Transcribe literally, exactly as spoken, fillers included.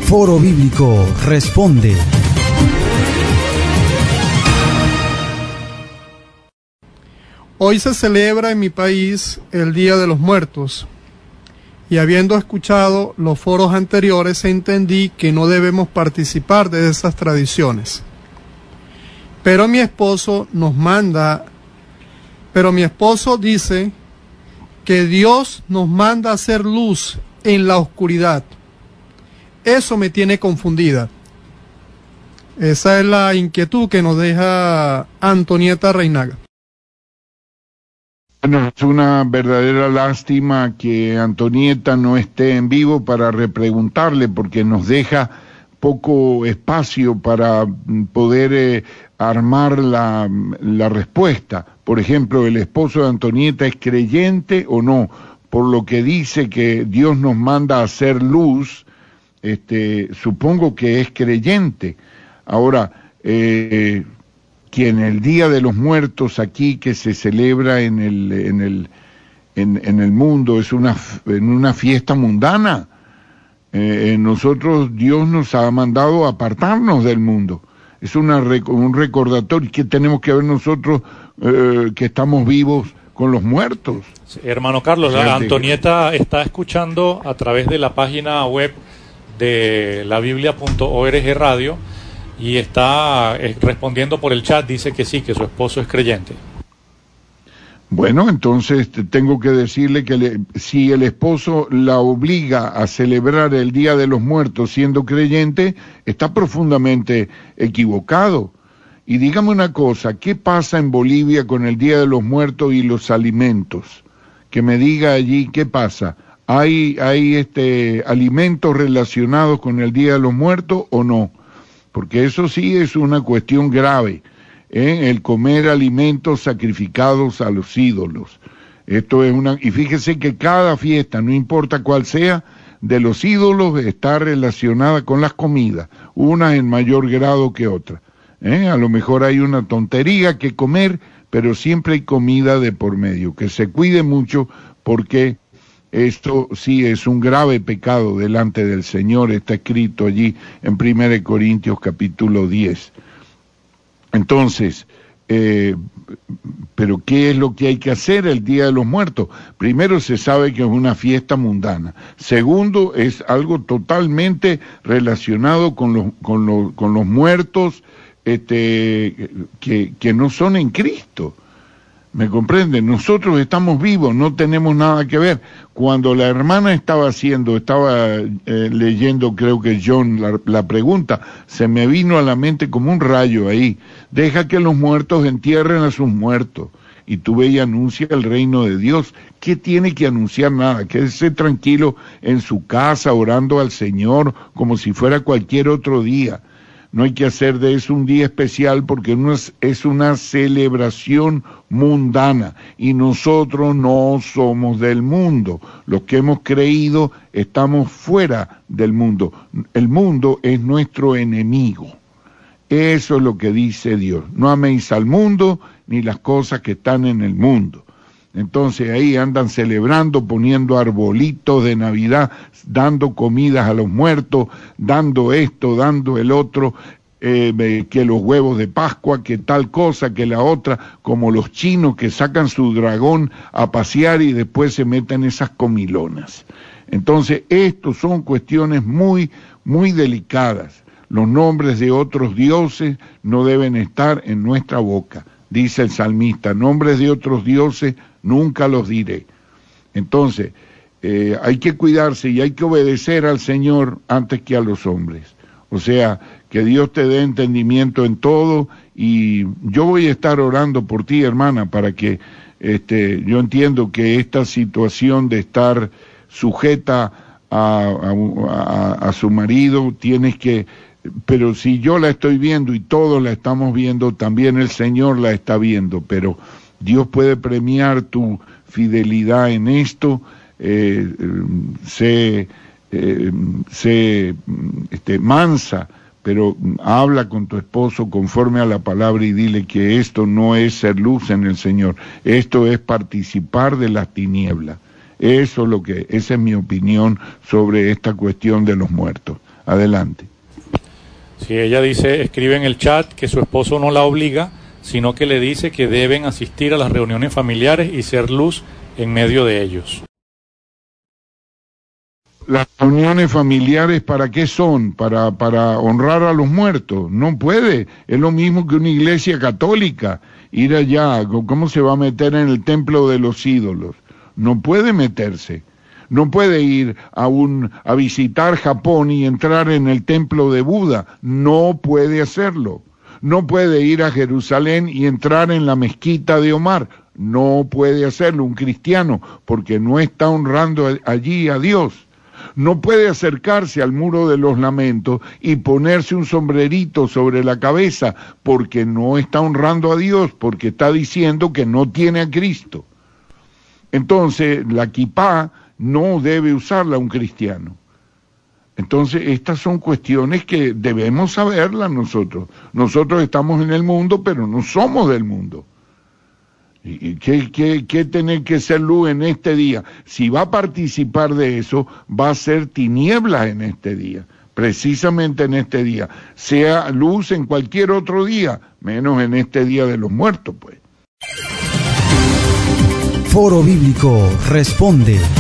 Foro Bíblico Responde. Hoy se celebra en mi país el Día de los Muertos, y habiendo escuchado los foros anteriores entendí que no debemos participar de esas tradiciones. Pero mi esposo nos manda, pero mi esposo dice que Dios nos manda a hacer luz en la oscuridad. Eso me tiene confundida. Esa es la inquietud que nos deja Antonieta Reinaga. Bueno, es una verdadera lástima que Antonieta no esté en vivo para repreguntarle, porque nos deja poco espacio para poder eh, armar la, la respuesta. Por ejemplo, ¿el esposo de Antonieta es creyente o no? Por lo que dice que Dios nos manda a hacer luz, este, supongo que es creyente. Ahora, eh, que en el Día de los Muertos aquí que se celebra en el en el en, en el mundo es una en una fiesta mundana. Eh, nosotros Dios nos ha mandado a apartarnos del mundo. Es una un recordatorio que tenemos que ver nosotros eh, que estamos vivos con los muertos. Sí, hermano Carlos, la Antonieta está escuchando a través de la página web de la biblia punto org radio y está respondiendo por el chat, dice que sí, que su esposo es creyente. Bueno, entonces tengo que decirle que le, si el esposo la obliga a celebrar el Día de los Muertos siendo creyente, está profundamente equivocado. Y dígame una cosa, ¿qué pasa en Bolivia con el Día de los Muertos y los alimentos? Que me diga allí qué pasa. ¿Hay, hay este, alimentos relacionados con el Día de los Muertos o no? Porque eso sí es una cuestión grave, ¿eh? El comer alimentos sacrificados a los ídolos. Esto es una, y fíjese que cada fiesta, no importa cuál sea, de los ídolos está relacionada con las comidas, unas en mayor grado que otras. ¿Eh? A lo mejor hay una tontería que comer, pero siempre hay comida de por medio. Que se cuide mucho, porque esto sí es un grave pecado delante del Señor, está escrito allí en primera de Corintios capítulo diez. Entonces, eh, pero ¿qué es lo que hay que hacer el Día de los Muertos? Primero, se sabe que es una fiesta mundana. Segundo, es algo totalmente relacionado con los, con los, con los muertos este, que, que no son en Cristo. ¿Me comprenden? Nosotros estamos vivos, no tenemos nada que ver. Cuando la hermana estaba haciendo, estaba eh, leyendo, creo que John, la, la pregunta, se me vino a la mente como un rayo ahí. Deja que los muertos entierren a sus muertos. Y tú ve y anuncia el reino de Dios. ¿Qué tiene que anunciar? Nada. Quédese tranquilo en su casa, orando al Señor, como si fuera cualquier otro día. No hay que hacer de eso un día especial, porque no es, es una celebración mundana y nosotros no somos del mundo. Los que hemos creído estamos fuera del mundo. El mundo es nuestro enemigo. Eso es lo que dice Dios. No améis al mundo ni las cosas que están en el mundo. Entonces ahí andan celebrando, poniendo arbolitos de Navidad, dando comidas a los muertos, dando esto, dando el otro, eh, que los huevos de Pascua, que tal cosa, que la otra, como los chinos que sacan su dragón a pasear y después se meten esas comilonas. Entonces, estos son cuestiones muy, muy delicadas. Los nombres de otros dioses no deben estar en nuestra boca. Dice el salmista, nombres de otros dioses nunca los diré. Entonces, eh, hay que cuidarse y hay que obedecer al Señor antes que a los hombres. O sea, que Dios te dé entendimiento en todo, y yo voy a estar orando por ti, hermana, para que, este, yo entiendo que esta situación de estar sujeta a, a, a, a su marido, tienes que... Pero si yo la estoy viendo y todos la estamos viendo, también el Señor la está viendo, pero Dios puede premiar tu fidelidad en esto. eh, sé, eh, sé este, mansa, pero habla con tu esposo conforme a la palabra y dile que esto no es ser luz en el Señor, esto es participar de las tinieblas. Eso es lo que, esa es mi opinión sobre esta cuestión de los muertos. Adelante. Sí, ella dice, escribe en el chat que su esposo no la obliga, sino que le dice que deben asistir a las reuniones familiares y ser luz en medio de ellos. Las reuniones familiares, ¿para qué son? Para, para honrar a los muertos. No puede. Es lo mismo que una iglesia católica. Ir allá, ¿cómo se va a meter en el templo de los ídolos? No puede meterse. No puede ir a, un, a visitar Japón y entrar en el templo de Buda. No puede hacerlo. No puede ir a Jerusalén y entrar en la mezquita de Omar. No puede hacerlo un cristiano, porque no está honrando allí a Dios. No puede acercarse al muro de los lamentos y ponerse un sombrerito sobre la cabeza, porque no está honrando a Dios, porque está diciendo que no tiene a Cristo. Entonces, la kipá no debe usarla un cristiano. Entonces, estas son cuestiones que debemos saberlas nosotros. Nosotros estamos en el mundo, pero no somos del mundo. ¿Y qué, qué, qué tener que ser luz en este día? Si va a participar de eso, va a ser tinieblas en este día, precisamente en este día. Sea luz en cualquier otro día, menos en este día de los muertos, pues. Foro Bíblico Responde.